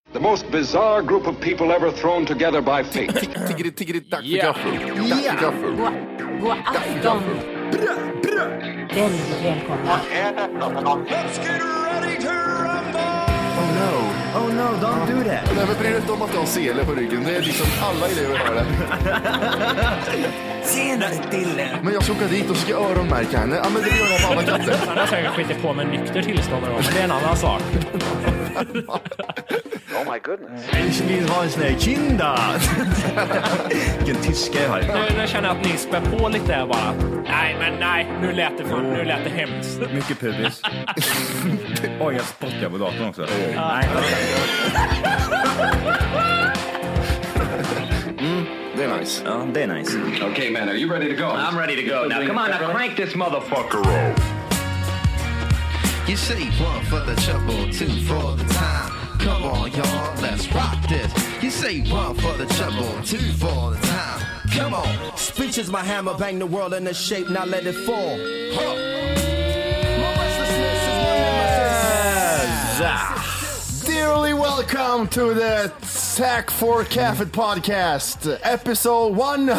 The most bizarre group of people ever thrown together by fate. Tiggeri, dack för gaffel. Dack för gaffel. God afton. Väldigt välkomna. Let's get ready to rumble! Oh no, don't do that. Nej, men bryr dig inte om att du har sele på ryggen. Det är liksom alla elever har det. Senare Dille. Men jag ska åka dit och ska öronmärka henne. Ja, men det gör jag på alla katter. Han har säkert skitit på med nykter tillstånd någon gång, men det är en annan sak. Oh my goodness. Ich vill ha en sån här kinda. Vilken tyska jag har. Nu känner jag att ni spär på lite här bara. Nej, nu lät det hemskt. Mycket pubis. Oj, jag spottar på datorn också. Nej. Det är nice. Ja, det är nice. Okay, man, are you ready to go? I'm ready to go now. Come on, now crank this motherfucker up. You say one for the trouble, two for the time. Come on, y'all, let's rock this. You say one for the trouble, two for the time. Come on. Speech is my hammer, bang the world into shape, now let it fall. Dearly welcome to the Tack for Kaffet podcast, episode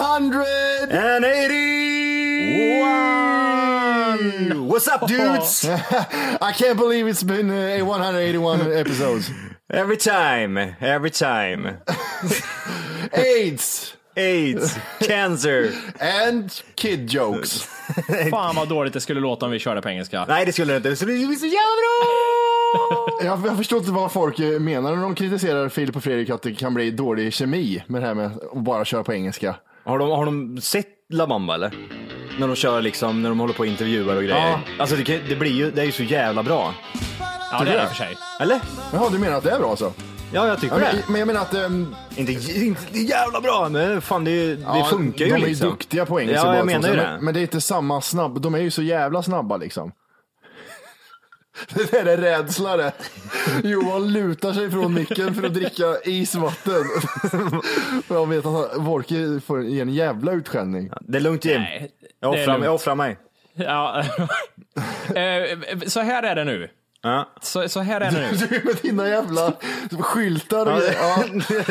181. What's up, dudes? I can't believe it's been 181 episodes. Every time. AIDS, cancer. And kid jokes. Fan vad dåligt det skulle låta om vi körde på engelska. Nej, det skulle det inte. Det skulle bli så jävla bra! Jag förstår inte vad folk menar när de kritiserar Filip och Fredrik att det kan bli dålig kemi med det här med att bara köra på engelska. Har de sett La Bamba eller? När de kör liksom, när de håller på och intervjuar och grejer. Ja. Alltså det är ju så jävla bra. Ja, det är det för sig. Eller? Jaha, du menar att det är bra så? Ja, jag tycker det. Men jag menar att... Inte jävla bra, men fan det funkar ju de liksom. De är duktiga på engelska. Ja, jag bara, menar ju det. Men det är inte samma snabb. De är ju så jävla snabba liksom. Det är rädsla det. Johan lutar sig från micken för att dricka isvatten. För jag vet att Volker får ge en jävla utskällning. Ja, det är lugnt, Jim. Nej, Jag offrar mig. Ja. Så här är det nu. Ja. Så här är det nu. Du med dina jävla skyltar. Ja.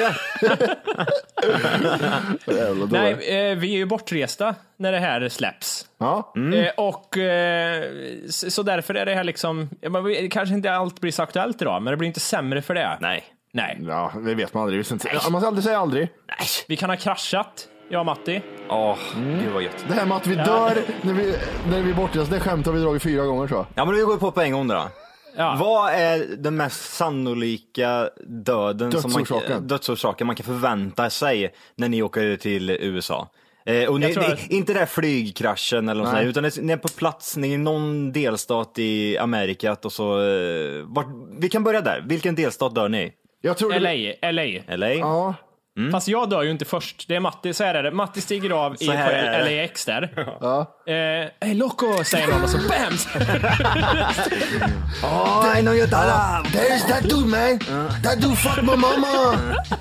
Nej, vi är ju bortresta när det här släpps. Ja. Och så därför är det här liksom, kanske inte allt blir så aktuellt idag, men det blir inte sämre för det. Nej. Ja, det vet man aldrig. Man ska aldrig säga aldrig. Nej. Vi kan ha kraschat, jag och Matti. Det var gött. Det här med att vi dör när vi är borta, det skämt har vi dragit 4 gånger tror jag. Ja, men vi går på en gång då. Ja. Vad är den mest sannolika dödsorsaken man kan förvänta sig när ni åker till USA? Och inte det här flygkraschen eller något sånt, utan ni är på plats, ni är i någon delstat i Amerika och så vi kan börja där. Vilken delstat dör ni? Jag tror LA. Ja. Fast jag dör ju inte först. Det är Matti, så här är det. Matti stiger av på LAX där. Ja. Hey loco, säger någon och så BAM! I know your dollar. There's that dude, man. That dude fucked my mama.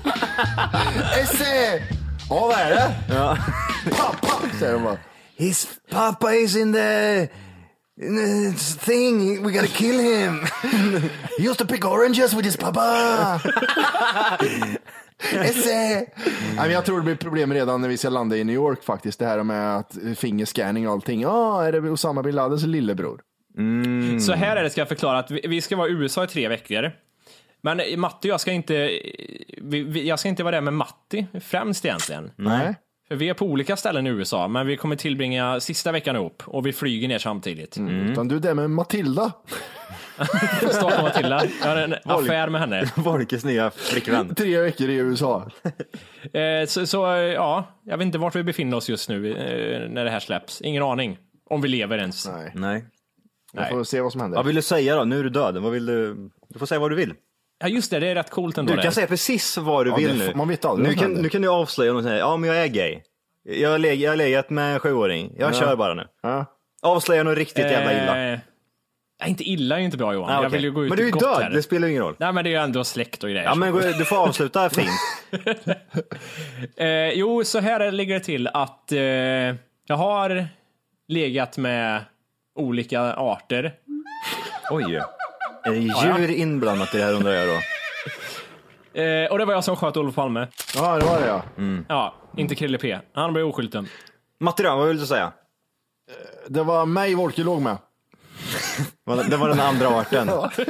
Esse. Vad är det? Ja. Pappa, säger de bara. His papa is in the thing, we gotta kill him. He used to pick oranges with his papa. Men jag tror det blir problem redan när vi ska landa i New York faktiskt. Det här med att fingerscanning och allting. Är det Osama bin Ladens lillebror? Så här är det, ska jag förklara att vi ska vara i USA i 3 veckor. Men Matti och jag ska inte vara där med Matti främst egentligen. Nej. För vi är på olika ställen i USA, men vi kommer tillbringa sista veckan ihop och vi flyger ner samtidigt. Utan du är där med Matilda. Stå på Matilda. Jag har en affär med henne. Volkes nya flickvän. 3 veckor i USA. Ja, jag vet inte vart vi befinner oss just nu när det här släpps. Ingen aning om vi lever ens. Nej. Jag får se vad som händer. Vad vill du säga då? Nu är du död. Vad vill du? Du får säga vad du vill. Ja just det är rätt coolt ändå. Du kan säga precis vad du vill nu. Man vet aldrig. Nu kan du avslöja och säga, ja men jag är gay. Jag har legat med en 7-åring. Jag kör bara nu. Ja. Avslöja något riktigt jävla illa. Nej, inte illa är ju inte bra Johan. Okay. Jag vill ju gå ut. Men du är gott död, här. det spelar ingen roll. Nej men det är ju ändå släkt och grejer. Ja men du får avsluta fint. Jo, så här ligger det till att jag har legat med olika arter. Oj. Är det djur inblandat i det här undrar jag då? Och det var jag som sköt Olof Palme. Ja, det var det ja. Ja, inte Krille P. Han blev oskyldig. Matti då, vad vill du säga? Det var mig Wolke låg med. Det var den andra arten.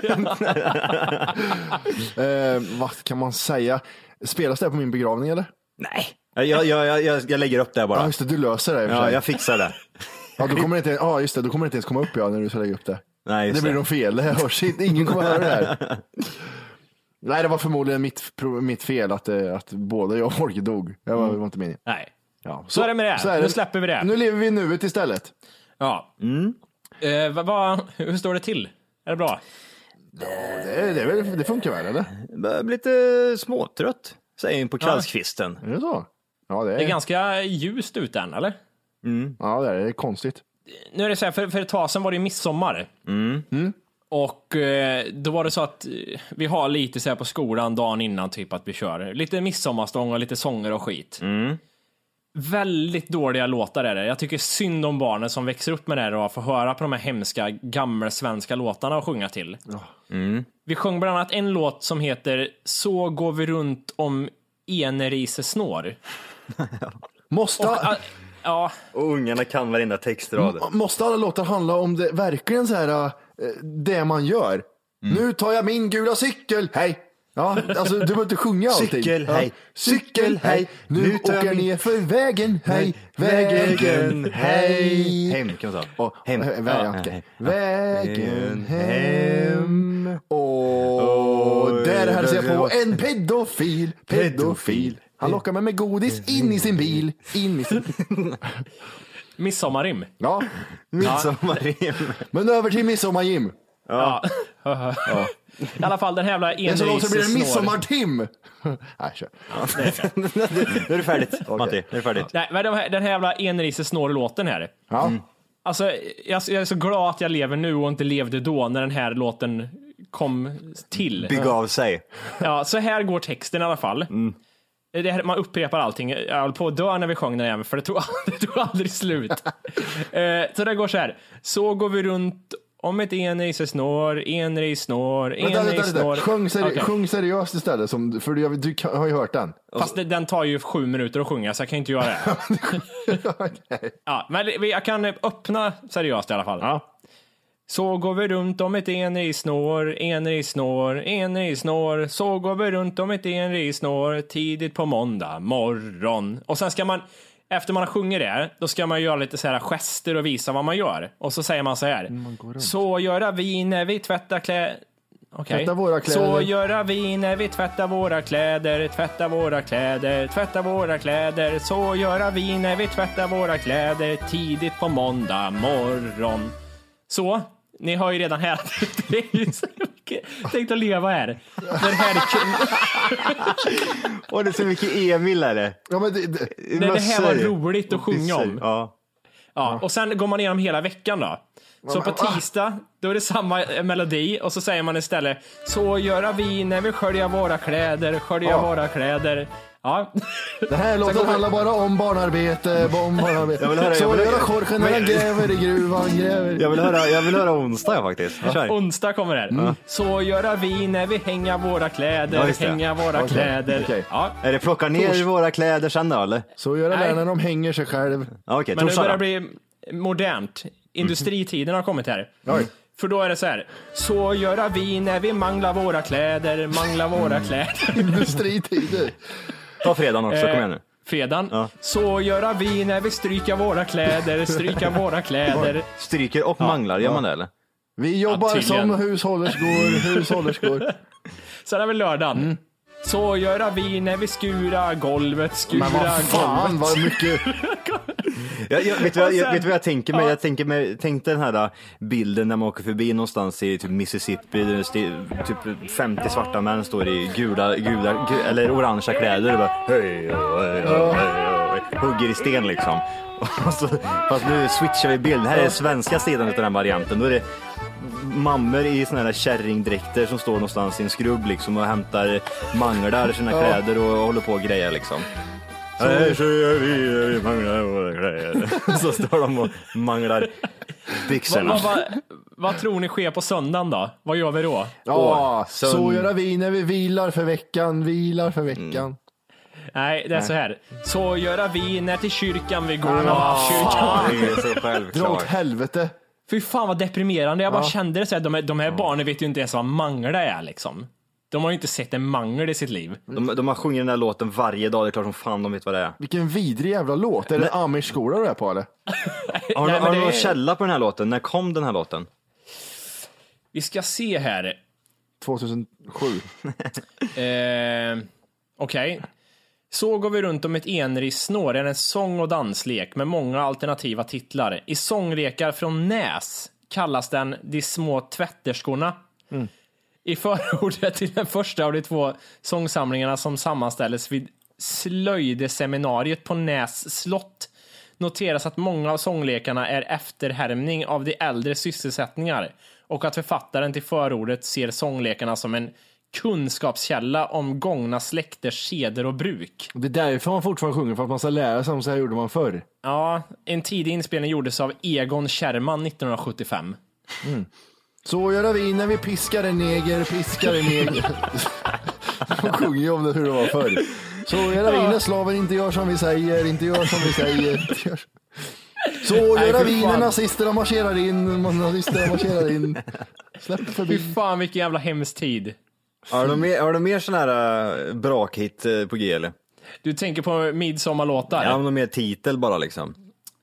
Vad kan man säga? Spelas det på min begravning eller? Nej, jag lägger upp det bara. Ja just det, du löser det. Ja, jag fixar det. Ja, då kommer det inte, just det, då kommer det inte ens komma upp när du ska lägga upp det. Nej, just det blir nog fel, det här shit, ingen kommer höra det här. Nej, det var förmodligen mitt fel att både jag och Wolke dog. Det var inte min. Nej. Ja, så är det med det. Nu släpper vi det. Nu lever vi i nuet istället. Ja. Hur står det till? Är det bra? Det funkar väl, eller? Jag blir lite småtrött, säger på kvällskvisten. Är det så? Ja, det är ganska ljust ut än, eller? Ja, det är konstigt. Nu är det så här, för ett tag sedan var det midsommar. Och då var det så att vi har lite så här på skolan dagen innan typ att vi kör lite midsommarstång och lite sånger och skit. Väldigt dåliga låtar är det. Jag tycker synd om barnen som växer upp med det och får höra på de här hemska gamla svenska låtarna och sjunga till. Vi sjöng bland annat en låt som heter Så går vi runt om Enerisesnår. Måste ja. Och ungarna kan varenda textrad. Måste alla låtar handla om det verkligen så här det man gör? Nu tar jag min gula cykel, hej. Ja, alltså du behöver inte sjunga allting. Cykel, hej. Cykel, hej. Nu åker jag ner för vägen, hej. Vägen, hej. Hem, kan man säga. Hem. Vägen, hem. Och där hälsar jag på en pedofil. Han lockar mig med godis in i sin bil. Midsommarrim. Ja. Midsommarrim. Men över till midsommargym. Ja. I alla fall den här jävla Enerisesnår. Det är så långt så blir det midsommartim. Nej, kör. Nu är det färdigt, Matti. Nu är det färdigt. Nej, men den här jävla Enerisesnår-låten här. Ja. Alltså, jag är så glad att jag lever nu och inte levde då när den här låten kom till. Begav sig. Ja, så här går texten i alla fall. Det här, man upprepar allting. Jag höll på att dö när vi sjöng den igen, för det tog aldrig slut. Så det går så här. Så går vi runt om ett Enerisesnår. Sjung seriöst istället, för du har ju hört den. Fast den tar ju 7 minuter att sjunga, så jag kan inte göra det. Okay. Ja, men jag kan öppna seriöst i alla fall. Ja. Så går vi runt om ett Enerisesnår. Så går vi runt om ett Enerisesnår tidigt på måndag morgon. Och sen ska man, efter man har sjungit det, då ska man göra lite så här gester och visa vad man gör. Och så säger man så här. Så gör vi när vi tvättar kläder. Okay. Så gör vi när vi tvättar våra kläder. Så gör vi när vi tvättar våra kläder tidigt på måndag morgon. Så, ni har ju redan här. Det är ju så mycket. Tänk att leva här. Den här Och det är så mycket Emil är det. Ja, men det här var roligt att sjunga om. Ja, och sen går man igenom hela veckan då. Så på tisdag, då är det samma melodi. Och så säger man istället: så gör vi när vi sköljer våra kläder. Ja. Det här låten handlar bara om barnarbete. Så gör Jorge när han gräver i gruvan. Jag vill höra onsdag faktiskt. Onsdag kommer det. Så gör vi när vi hänger våra kläder. Okay. Ja. Är det plocka ner våra kläder sen då, eller? Så gör det när de hänger sig själv. Okay, men nu börjar det bli modernt. Industritiden har kommit här. För då är det så här: så gör vi när vi manglar våra kläder. Industritider. Ta fredagen också, kom igen nu. Fredagen. Ja. Så gör vi när vi stryker våra kläder. Stryker och manglar, gör man det eller? Vi jobbar som hushållerskor. Så är det väl lördagen. Så gör vi när vi skurar golvet. Men vad fan, vad mycket. Vet du vad jag tänker mig? Tänk den här bilden när man åker förbi någonstans i typ Mississippi, typ 50 svarta män står i gula eller orangea kläder och bara hej, hugger i sten liksom. Fast nu switchar vi bild. Här är svenska sidan av den här varianten. Då är det mammor i såna här kärringdräkter som står någonstans i en skrubb liksom och hämtar manglar sina kläder och håller på och grejer liksom. Så manglar våra kläder. Så står de och manglar byxorna. Vad tror ni sker på söndagen då? Vad gör vi då? Ja, så gör vi när vi vilar för veckan. Nej, det är så här. Så gör vi när till kyrkan vi går. Det är så Dra åt självklart. helvete. Fy fan vad deprimerande. Jag bara kände det så här. De här barnen vet ju inte ens vad mangel är liksom. De har ju inte sett en mangel i sitt liv. De har sjungit den där låten varje dag, det är klart som fan de vet vad det är. Vilken vidrig jävla låt. Är det Amish-skola du är på eller? Har du någon källa på den här låten? När kom den här låten? Vi ska se här. 2007. Okej. Så går vi runt om ett enrissnår, är en sång- och danslek med många alternativa titlar. I sånglekar från Näs kallas den De små tvätterskorna. I förordet till den första av de 2 sångsamlingarna som sammanställdes vid slöjdeseminariet på Näs slott noteras att många av sånglekarna är efterhärmning av de äldre sysselsättningar och att författaren till förordet ser sånglekarna som en kunskapskälla om gångna släkters seder och bruk. Det är därför man fortfarande sjunger, för att man ska lära sig om så här gjorde man förr. Ja, en tidig inspelning gjordes av Egon Kärrman 1975. Så gör vi när vi piskar en neger. Man sjunger ju om det hur det var förr. Så gör vi när slaven inte gör som vi säger. Så gör vi när nazisterna marscherar in. Släpp förbi. Fy fan vilken jävla hemsk tid. Har de mer sån här brakhit på G eller? Du tänker på midsommarlåtar? Ja, men de mer titel bara liksom.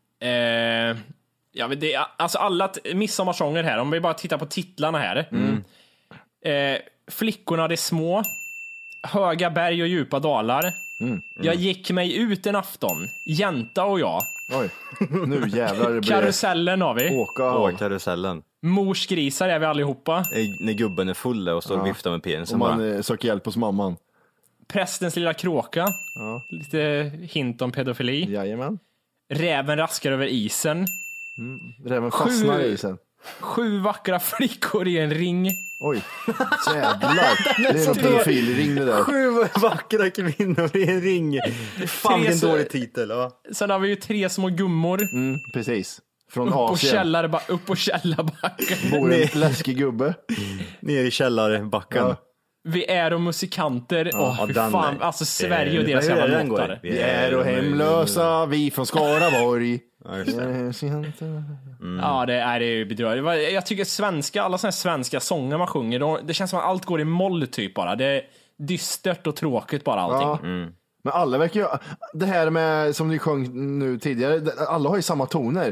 Ja, men det är, alltså alla midsommarsånger här, om vi bara tittar på titlarna här. Flickorna det små, höga berg och djupa dalar. Jag gick mig ut en afton, Jänta och jag. Oj, nu jävlar det blir... Karusellen har vi. Åh, karusellen. Mors grisar är vi allihopa. När gubben är full och står och viftar med penisen. Och man söker hjälp hos mamman. Prästens lilla kråka. Lite hint om pedofili. Jajamän. Räven raskar över isen. Räven fastnar i isen. 7 vackra flickor i en ring. Oj, jävlar. Det är en pedofilring det där. 7 vackra kvinnor i en ring. Fan, det är en dålig titel. Ja. Sen har vi ju 3 små gummor. Precis. Från Asien. Upp på källarbacken. Bor en läskig gubbe. Ner i källarbacken. Ja. Vi är och musikanter. Fy den fan. är- Alltså Sverige och deras Hur är jävla den går? låtar. Vi är och hemlösa, vi från Skaraborg. Ja, just det. Ja, det är ju bedrövligt. Jag tycker alla såna här svenska sånger man sjunger, det känns som att allt går i moll typ bara. Det är dystert och tråkigt bara allting. Ja. Men alla verkar ju, det här med som ni sjöng nu tidigare, alla har ju samma toner.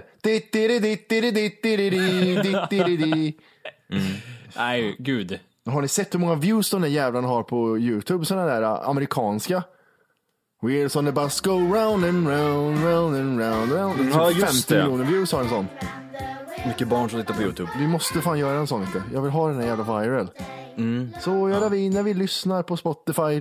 Nej, gud. Har ni sett hur många views de där jävlarna har på YouTube, sådana där amerikanska? Wheels on the bus go round and round, round and round, round. Ja, Typ just 50 det. miljoner views har en sån. Mycket barn som tittar på YouTube. Vi måste fan göra en sån inte. Jag vill ha den här jävla viral. Så gör vi när vi lyssnar på Spotify.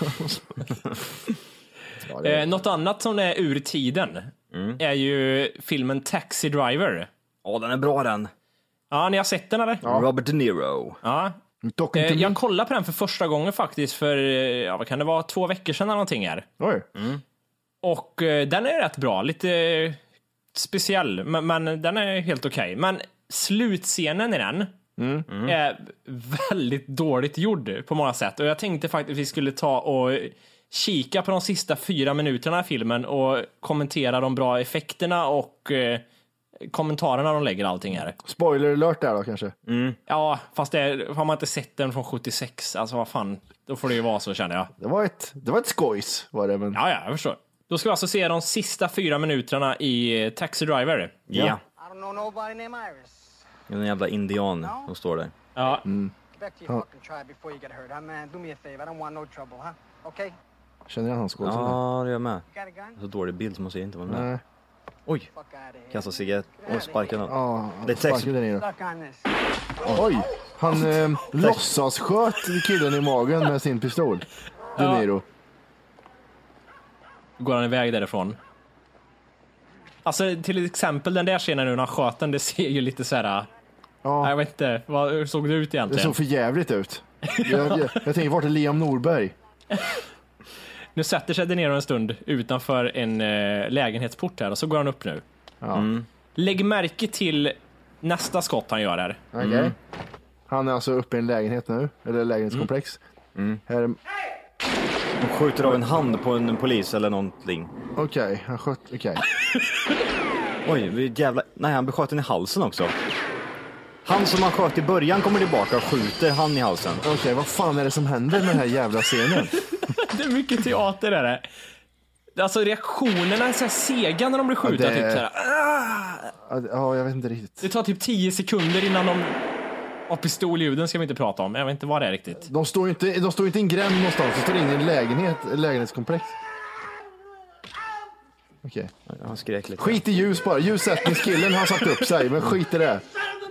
Något annat som är ur tiden är ju filmen Taxi Driver. Ja, den är bra den. Ja, ni har sett den eller? Robert De Niro. Ja. Jag kollade på den för första gången faktiskt för, vad kan det vara, 2 veckor sedan eller någonting här. Oj. Och den är rätt bra, lite speciell, men den är helt okej. Men slutscenen i den är väldigt dåligt gjord på många sätt. Och jag tänkte faktiskt att vi skulle ta och kika på de sista 4 minuterna i filmen och kommentera de bra effekterna och kommentarerna de lägger allting här. Spoiler alert där då kanske. Ja, fast har man inte sett den från 76, alltså vad fan, då får det ju vara så, känner jag. Det var ett skojs var det, men... Ja, jag förstår. Då ska vi alltså se de sista 4 minuterna i Taxi Driver. Ja. I don't know nobody named Iris. Det är en jävla indian som står där. Ja. Get back to your fucking tribe before you get hurt, huh, man? Do me a favor. I don't want no trouble, huh? Okay? Känner jag hans skådespelare? Ja, det gör jag med. You got a gun? Så dålig bild som man ser inte vad med. Nej. Oj, Fuck out of here. kasta cigarett och sparka den. Ja, Det är text. sparkade ner. Stuck on this. Oj, han låtsas sköt killen i magen med sin pistol. De Niro. Går han iväg därifrån. Alltså till exempel den där scenen nu när han sköt den, det ser ju lite så här. Ja, Jag vet inte, hur såg det ut det egentligen? såg för jävligt ut. Jag tänker, vart är Liam Norberg? Nu sätter sig ner en stund utanför en lägenhetsport här och så går han upp nu. Ja. Lägg märke till nästa skott han gör här. Okej. Han är alltså uppe i en lägenhet nu, eller lägenhetskomplex. Här är... De skjuter av en hand på en polis eller någonting. Okej, han sköt... Okej. Oj, jävla... Nej, han blir skjuten i halsen också. Han som han sköt i början kommer tillbaka och skjuter han i halsen. Okej, vad fan är det som händer med den här jävla scenen? Det är mycket teater är det. Alltså reaktionerna är så här sega när de blir skjutna. Ja, det... typ så här. Ja, jag vet inte riktigt. Det tar typ 10 sekunder innan de... Och pistolljuden ska vi inte prata om. Jag vet inte vad det är riktigt. De står inte i en gränd någonstans. De står inne i en lägenhetskomplex. Okej. Han skrek lite. Skit i ljus bara. Ljussättningskillen har satt upp sig, men skit i det.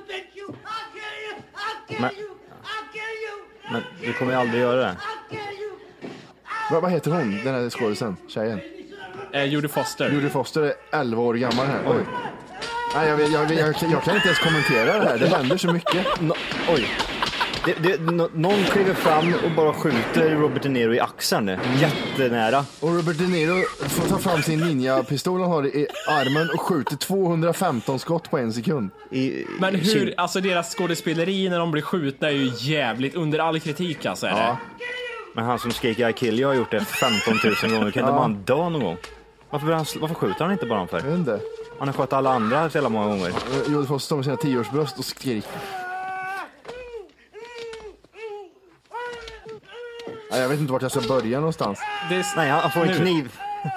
Men du kommer ju aldrig göra det. Vad heter hon, den här skådisen, tjejen? Jodie Foster. Jodie Foster är 11 år gammal här. Oj. Nej, jag kan inte ens kommentera det här. Det händer så mycket. Oj. Någon kliver fram och bara skjuter Robert De Niro i axeln. Jättenära. Och Robert De Niro får ta fram sin ninja-pistol han har i armen och skjuter 215 skott på en sekund. Men hur, alltså deras skådespeleri när de blir skjutna är ju jävligt under all kritik alltså, är det? Men han som skriker I kill you har gjort det 15 000 gånger. Kan inte bara dö någon gång? Varför skjuter han inte bara honom för? Jag vet inte. Han har skjutit alla andra så många gånger. Jodie Foster står med sina 10-årsbröst och skriker. Jag vet inte vart jag ska börja någonstans. Nej, han får en kniv.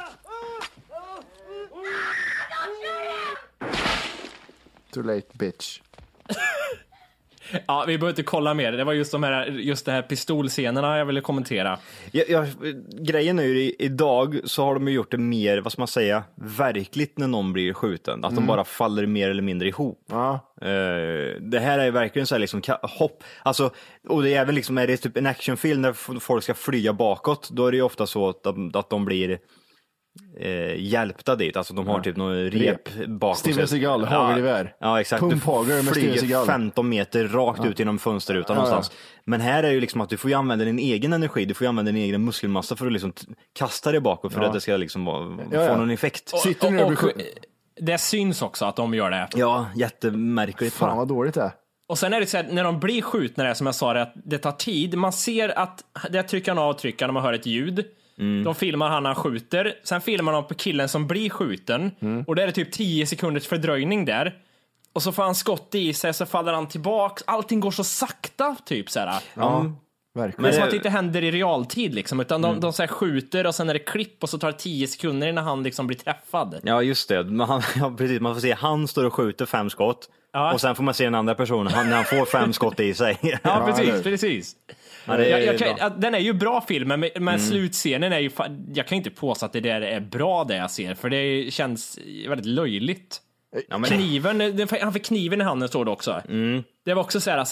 Too late, bitch. Ja, vi behöver inte kolla mer. Det var just de här pistolscenerna jag ville kommentera. Grejen är ju idag så har de ju gjort det mer, vad ska man säga, verkligt när någon blir skjuten. Att de bara faller mer eller mindre ihop. Ja. Det här är verkligen så här liksom hopp. Alltså, och det är även liksom, är det typ en actionfilm när folk ska flyga bakåt, då är det ju ofta så att de blir hjälpta dit, alltså de har typ någon rep bakåt. Steven Seagal, hagelgevär. Ja, exakt. Pumphager med Steven Seagal. 15 meter rakt ut genom fönsterrutan någonstans. Men här är ju liksom att du får ju använda din egen energi, du får ju använda din egen muskelmassa för att liksom kasta dig bakåt för att det ska liksom få någon effekt. Det syns också att de gör det. Ja, jättemärkligt. Fan vad dåligt det är. Och sen är det så här, när de blir skjutna där, som jag sa, att det tar tid. Man ser att det trycker han av trycker när man hör ett ljud. De filmar han skjuter. Sen filmar de på killen som blir skjuten. Och det är typ 10 sekunders fördröjning där. Och så får han skott i sig, så faller han tillbaks. Allting går så sakta, typ så här. Ja, verkligen. Men som att det inte händer i realtid liksom, utan de så här skjuter och sen är det klipp och så tar det 10 sekunder innan han liksom blir träffad. Ja, just det. Precis, man får se han står och skjuter 5 skott. Ja. Och sen får man se den andra personen när han får 5 skott i sig. Ja, precis. Ja, den är ju bra filmen, men slutscenen är ju... Jag kan inte påstå att det där är bra det jag ser, för det känns väldigt löjligt. Ja, men kniven, han fick kniven i handen, står det också. Det var också så här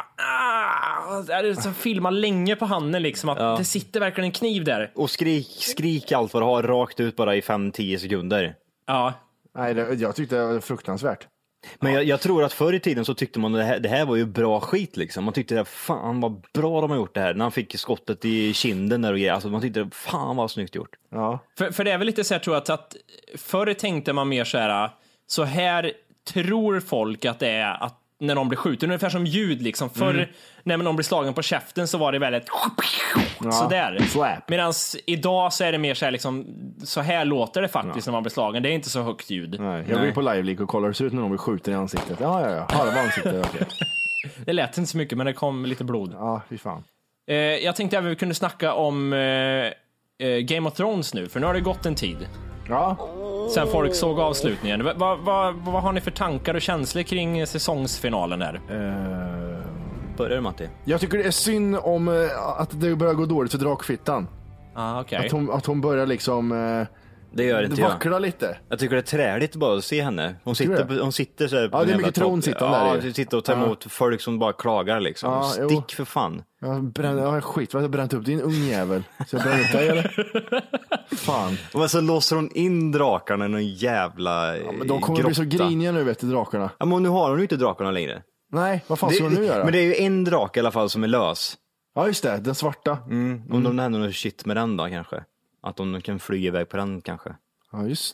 så filma länge på handen liksom, att det sitter verkligen en kniv där. Och skrik allt vad du har rakt ut bara i 5-10 sekunder. Ja. Nej, jag tyckte det var fruktansvärt. Men jag tror att förr i tiden så tyckte man det här var ju bra skit liksom. Man tyckte fan vad bra de har gjort det här. När han fick skottet i kinden där och grejer. Alltså man tyckte fan vad snyggt gjort. Ja. För det är väl lite så här, tror jag, att förr tänkte man mer så här tror folk att det är att när någon blir skjuten, ungefär som ljud liksom. Förr när någon blir slagen på käften så var det väldigt sådär. Medan idag så är det mer så här liksom, så här låter det faktiskt när man blir slagen. Det är inte så högt ljud. Nej, jag går på Live League och kollar hur det ser ut när någon blir skjuten i ansiktet. Ja, halva ansiktet, okej. Det lät inte så mycket, men det kom lite blod. Ja, fy fan. Jag tänkte även vi kunde snacka om Game of Thrones nu, för nu har det gått en tid. Ja. Sen folk såg avslutningen. Vad har ni för tankar och känslor kring säsongsfinalen där? Börjar du, Matti? Jag tycker det är synd om att det börjar gå dåligt för Drakfittan. Okay. Att hon börjar liksom det gör inte vackla lite. Jag tycker det är träligt bara att se henne. Hon sitter så här. Ja, det är mycket tronsittande där. Ja, sitter och tar emot folk som bara klagar liksom. Ja, stick för fan. Skit, vad har bränt upp din ungjävel? Så jag bränner upp dig, eller? Fan. Men så låser hon in drakarna i någon jävla men de kommer bli så griniga nu, vet du, drakarna. Ja, men nu har hon ju inte drakarna längre. Nej, vad fan ska hon nu göra? Men det är ju en drake i alla fall som är lös. Ja, just det, den svarta. Om de händer något shit med den då kanske. Att de kan flyga iväg på den kanske. Ja, just det.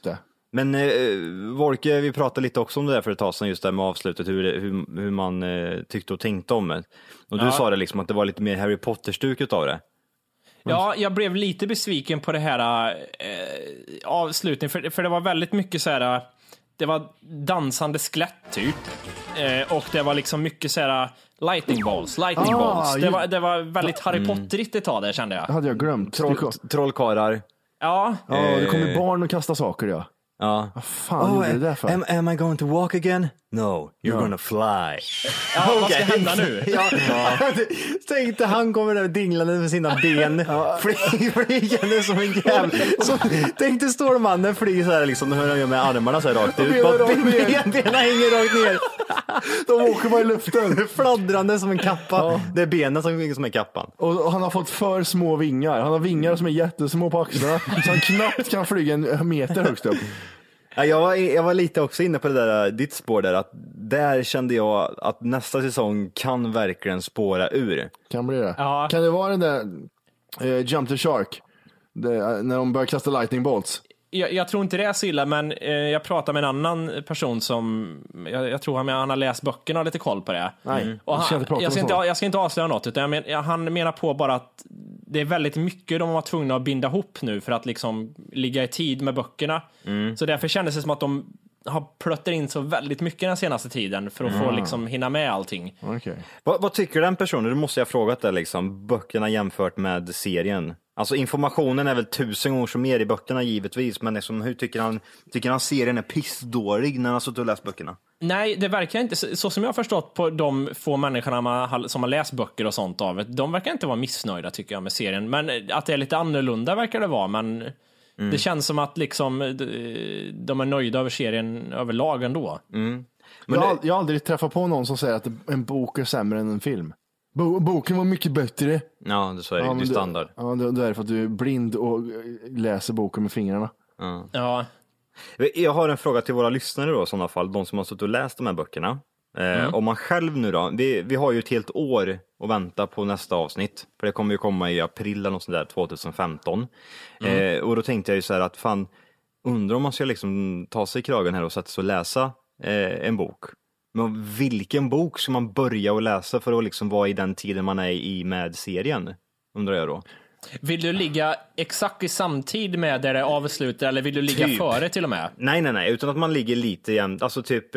Men Wolke, vi pratade lite också om det där för ett tag sedan, just det med avslutet, hur man tyckte och tänkte om det. Och du sa det liksom att det var lite mer Harry Potter-stuket av det. Ja, jag blev lite besviken på det här avslutningen, för det var väldigt mycket så här, det var dansande skelett typ, och det var liksom mycket så här lightning balls. Det var väldigt Harry Potterigt ett tag där, kände jag. Det hade jag glömt. Trollkarlar. Ja. Ja, det kommer barn och kasta saker, ja. Ja. Vad fan gjorde det där för? Am I going to walk again? No, you're gonna fly. Ja, vad ska hända nu? Tänkte han kommer där dinglande med sina ben, flygande som en jävla. Tänkte Stålmannen flyger så här liksom, hur han gör med armarna så här rakt ut. Benen hänger rakt ner. De åker bara i luften. Fladdrande som en kappa. Ja. Det är benen som är kappan. Och han har fått för små vingar. Han har vingar som är jättesmå på axlarna, så han knappt kan flyga en meter högst upp. Ja, jag var lite också inne på det där, ditt spår där, att där kände jag att nästa säsong kan verkligen spåra ur. Kan bli det. Ja. Kan det vara den där Jump the Shark? När de börjar kasta lightning bolts? Jag tror inte det är så illa, men jag pratade med en annan person som jag tror han har läst böckerna och lite koll på det. Nej, och jag ska inte avslöja något, utan han menar på bara att det är väldigt mycket de var tvungna att binda ihop nu för att liksom ligga i tid med böckerna. Så därför kändes det som att de har plötter in så väldigt mycket den senaste tiden för att få liksom hinna med allting. Okay. Vad tycker den personen? Du måste jag fråga det liksom, böckerna jämfört med serien. Alltså informationen är väl 1000 gånger så mer i böckerna givetvis, men liksom, hur tycker han serien är pissdålig när han har suttit och läst böckerna? Nej, det verkar inte, så som jag har förstått på de få människorna som har läst böcker och sånt av det, de verkar inte vara missnöjda tycker jag med serien, men att det är lite annorlunda verkar det vara, men det känns som att liksom de är nöjda över serien överlag ändå. Men jag har aldrig träffat på någon som säger att en bok är sämre än en film. Boken var mycket bättre. Ja, så är det ju standard. Ja, det är för att du är blind och läser boken med fingrarna. Ja. Jag har en fråga till våra lyssnare då i sådana fall, de som har suttit och läst de här böckerna. Om man själv nu då, vi har ju ett helt år att vänta på nästa avsnitt, för det kommer ju komma i april eller något sånt där 2015. Och då tänkte jag ju så här att fan, undrar om man ska liksom ta sig i kragen här och sätta sig och läsa en bok. Men vilken bok ska man börja att läsa för att liksom vara i den tiden man är i med serien, undrar jag då. Vill du ligga exakt i samtid med där det avslutar, eller vill du ligga före till och med? Nej, utan att man ligger lite jämnt, alltså typ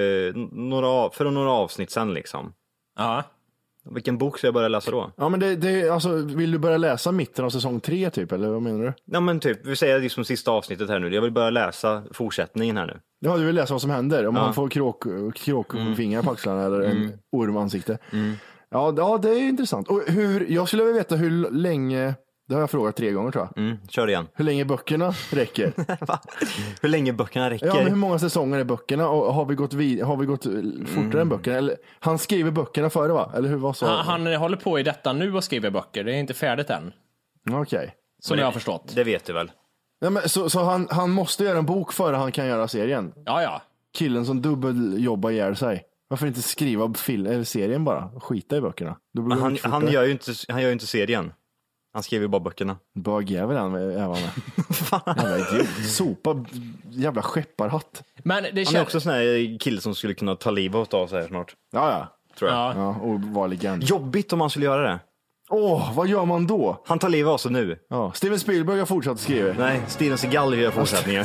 för några avsnitt sen liksom. Ja. Vilken bok ska jag börja läsa då? Ja, men alltså, vill du börja läsa mitten av säsong 3 typ, eller vad menar du? Ja, men typ, vi säger liksom sista avsnittet här nu. Jag vill börja läsa fortsättningen här nu. Ja, du vill läsa vad som händer. Om man får kråkfingrar på axlarna eller en ormansikte. Ja, det är intressant. Och jag skulle vilja veta hur länge, det har jag frågat 3 gånger tror jag. Kör igen. Hur länge böckerna räcker. Hur länge böckerna räcker? Ja, men hur många säsonger är böckerna? Och har vi gått fortare än böckerna? Eller, han skriver böckerna före, va? Eller hur var så? Han håller på i detta nu och skriver böcker. Det är inte färdigt än. Okej. Som jag har förstått. Det vet du väl? Ja, men, så han måste göra en bok före han kan göra serien? Ja. Killen som dubbeljobbar ihjäl sig. Varför inte skriva eller serien bara? Skita i böckerna. Han gör ju inte serien. Han skriver bara böckerna. Bögjävel han är med. Jävla idiot. Sopa, jävla skepparhatt. Men det han är också en sån här kille som skulle kunna ta livet av sig snart. Ja. Tror jag. Ja, och vara legend. Jobbigt om han skulle göra det. Vad gör man då? Han tar livet av sig nu. Ja, Steven Spielberg har fortsatt skriva. Nej, Steven Seagal gör fortsättningen.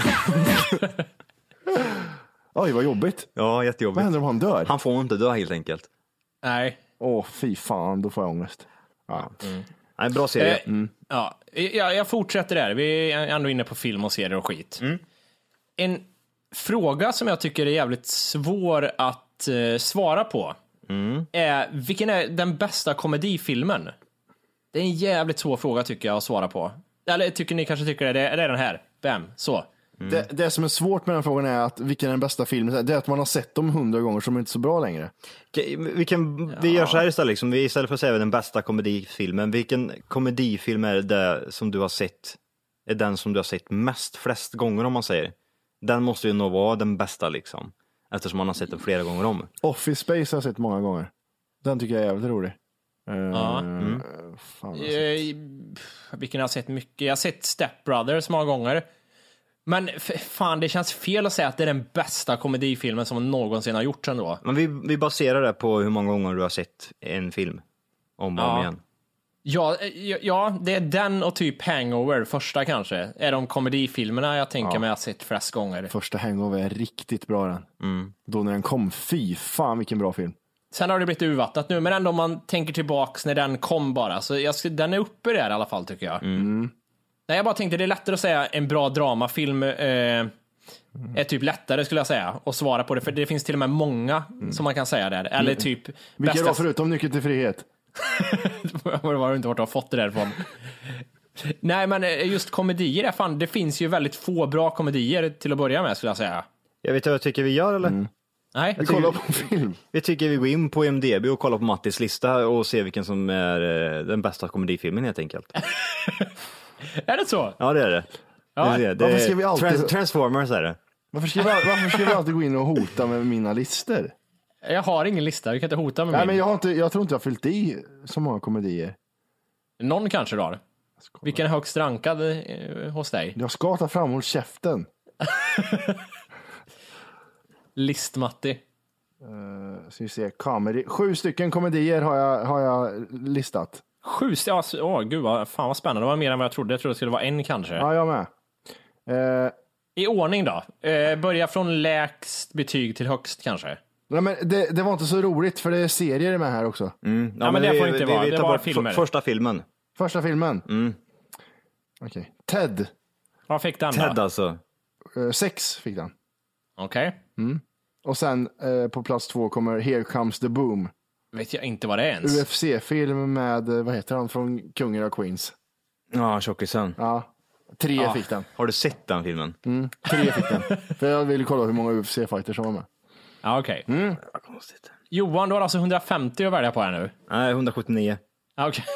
Oj, vad jobbigt. Ja, jättejobbigt. Vad händer om han dör? Han får inte dö helt enkelt. Nej. Fy fan, då får jag ångest. Ja. Nej, bra serie. Ja, jag fortsätter där. Vi är ändå inne på film och serier och skit. En fråga som jag tycker är jävligt svår att svara på är, vilken är den bästa komedifilmen? Det är en jävligt svår fråga tycker jag att svara på. Eller tycker ni kanske tycker det är den här? Bam, så. Det som är svårt med den frågan är att vilken är den bästa filmen? Det är att man har sett dem 100 gånger som är inte så bra längre. Vi gör så här istället, liksom. Istället för att säga den bästa komedifilmen, vilken komedifilm är det som du har sett, är den som du har sett flest gånger, om man säger? Den måste ju nog vara den bästa liksom, eftersom man har sett den flera gånger om. Office Space har jag sett många gånger. Den tycker jag är jävligt rolig. Vilken har jag sett mycket? Jag har sett Step Brothers många gånger. Men fan, det känns fel att säga att det är den bästa komedifilmen som någonsin har gjorts ändå. Men vi baserar det på hur många gånger du har sett en film om och om igen. Ja, det är den och typ Hangover, första kanske. Är de komedifilmerna jag tänker mig att jag sett flest gånger. Första Hangover är riktigt bra den. Då när den kom, fy fan vilken bra film. Sen har det blivit urvattnat nu, men ändå om man tänker tillbaks när den kom bara. Så den är uppe där i alla fall tycker jag. Nej, jag bara tänkte det är lättare att säga en bra dramafilm är typ lättare skulle jag säga att svara på det. För det finns till och med många som man kan säga där. Eller typ vilka då förutom Nyckeln till frihet? Var har du inte varit och fått det därifrån? Nej, men just komedier, fan, det finns ju väldigt få bra komedier till att börja med skulle jag säga. Jag vet inte vad jag tycker vi gör eller? Nej, vi kollar på film. Jag tycker vi går in på IMDb och kollar på Mattis lista och ser vilken som är den bästa komedifilmen helt enkelt. Är det så? Ja, det är det. Ja. Det Varför ska vi alltid... Transformers är det. Varför ska vi alltid gå in och hota med mina listor? Jag har ingen lista, vi kan inte hota med Nej, min. men jag tror inte jag har fyllt i så många komedier. Någon kanske då? Vilken är högst rankad hos dig? Jag ska ta fram håll käften. List-Matti. Så vi ser, comedy. 7 stycken komedier har jag listat. 7? Gud, fan vad spännande. Det var mer än vad jag trodde. Jag trodde det skulle vara en kanske. Ja, jag med. I ordning då? Börja från lägst betyg till högst kanske? Nej, men det var inte så roligt för det är serier med här också. Ja, men det får inte vara. Det var filmer. Första filmen. Första filmen? Okej. Ted. Vad fick den då? Ted alltså. 6 fick den. Okej. Och sen på plats 2 kommer Here Comes the Boom. Vet jag inte vad det är ens. UFC-film med, vad heter han från Kungen av Queens? Ja, tjockisen. Ja. 3 fick den. Har du sett den filmen? 3 fick den. För jag ville kolla hur många UFC-fighters som var med. Ja, okej. Johan, du har alltså 150 att välja på här nu. Nej, 179. Okej.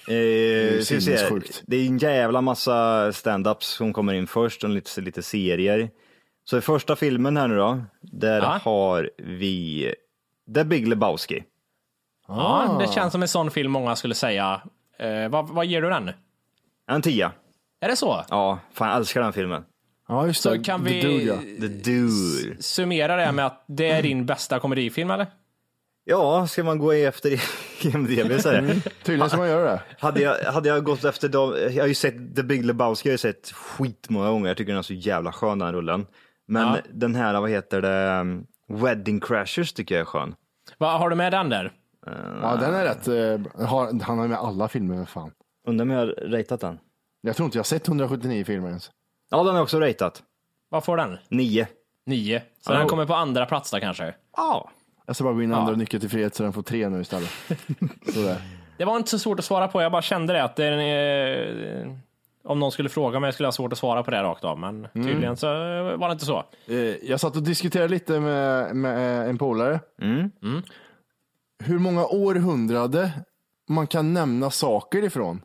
Det är en jävla massa stand-ups som kommer in först och lite serier. Så i första filmen här nu då, där har vi The Big Lebowski. Ja, det känns som en sån film många skulle säga. Vad ger du den? En 10. Är det så? Ja, fan jag älskar den filmen. Ja, just det. Så kan vi The Dude. summera det med att det är din bästa komedifilm, eller? Ja, ska man gå efter IMDb så är det. Tydligen ska man göra det. Hade jag gått efter dem, jag har ju sett The Big Lebowski, jag har ju sett skitmånga gånger, jag tycker den är så jävla skön den rullen. Men den här, vad heter det, Wedding Crashers tycker jag är skön. Har du med den där? Ja, den är rätt, han har med alla filmer för fan. Undrar om jag har ratat den. Jag tror inte jag har sett 179 filmer ens. Ja, den är också ratat. Vad får den? 9. 9. Så den kommer på andra plats där kanske? Ja. Jag ska bara gå in andra Nyckeln till frihet så den får 3 nu istället. Sådär. Det var inte så svårt att svara på, jag bara kände det att om någon skulle fråga mig skulle jag ha svårt att svara på det rakt av, men tydligen så var det inte så. Jag satt och diskuterade lite med en polare. Hur många århundrade man kan nämna saker ifrån.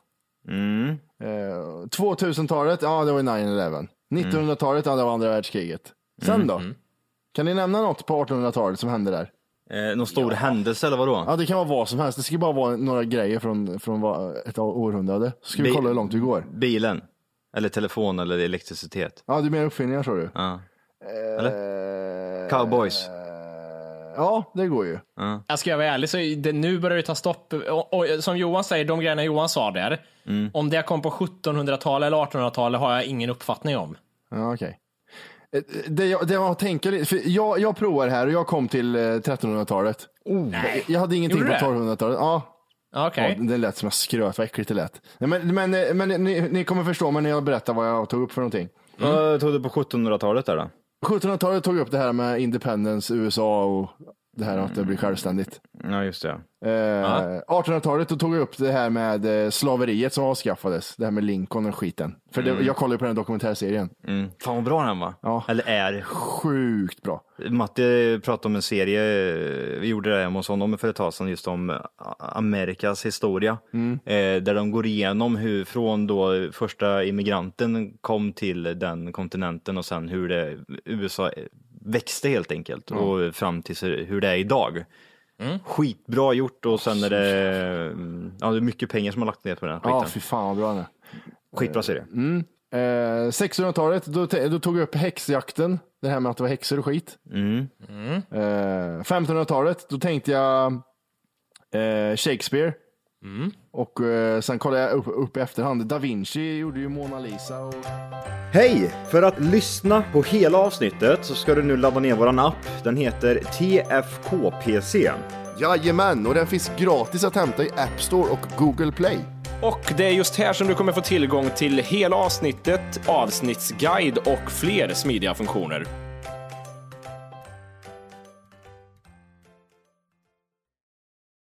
2000-talet, ja det var 9/11. 1900-talet, ja det var andra världskriget. Sen då? Kan ni nämna något på 1800-talet som hände där? Någon stor händelse eller vadå? Ja, det kan vara vad som helst. Det ska bara vara några grejer från ett århundrade. Så ska vi kolla hur långt vi går. Bilen? Eller telefon eller elektricitet? Ja, du menar uppfinningar, tror du? Ja. Eller? Cowboys? Ja, det går ju. Jag ska vara ärlig, så nu börjar det ta stopp. Och som Johan säger, de grejerna Johan sa där. Om det kom på 1700-talet eller 1800-talet har jag ingen uppfattning om. Ja, okej. Det jag tänker, för jag provar här och jag kom till 1300-talet. Jag hade ingenting på 1200-talet. Ja. Okay. Ja, det lät som jag skröt, vad äckligt det lät. Men ni kommer förstå när jag berättar vad jag tog upp för någonting. Vad tog du på 1700-talet där då? 1700-talet tog upp det här med independence, USA och det här att det blir självständigt. Ja, just det. 1800-talet då tog jag upp det här med slaveriet som avskaffades. Det här med Lincoln och skiten. För jag kollade på den dokumentärserien. Fan vad bra den var. Ja. Eller är. Sjukt bra. Matte pratade om en serie, vi gjorde det hos honom för ett tag sedan, just om Amerikas historia. Där de går igenom hur från då första immigranten kom till den kontinenten och sen hur det USA växte helt enkelt och fram till hur det är idag. Skitbra gjort och sen är det är mycket pengar som har lagt ner på den skiten. Ja, fy fan vad bra den är. Skitbra serie. 1600-talet, då tog jag upp häxjakten. Det här med att det var häxor och skit. 1500-talet, då tänkte jag Shakespeare. Och sen kollade jag upp i efterhand. Da Vinci gjorde ju Mona Lisa och... Hej! För att lyssna på hela avsnittet så ska du nu ladda ner våran app. Den heter TFKPC. Jajamän, och den finns gratis att hämta i App Store och Google Play. Och det är just här som du kommer få tillgång till hela avsnittet, avsnittsguide och fler smidiga funktioner.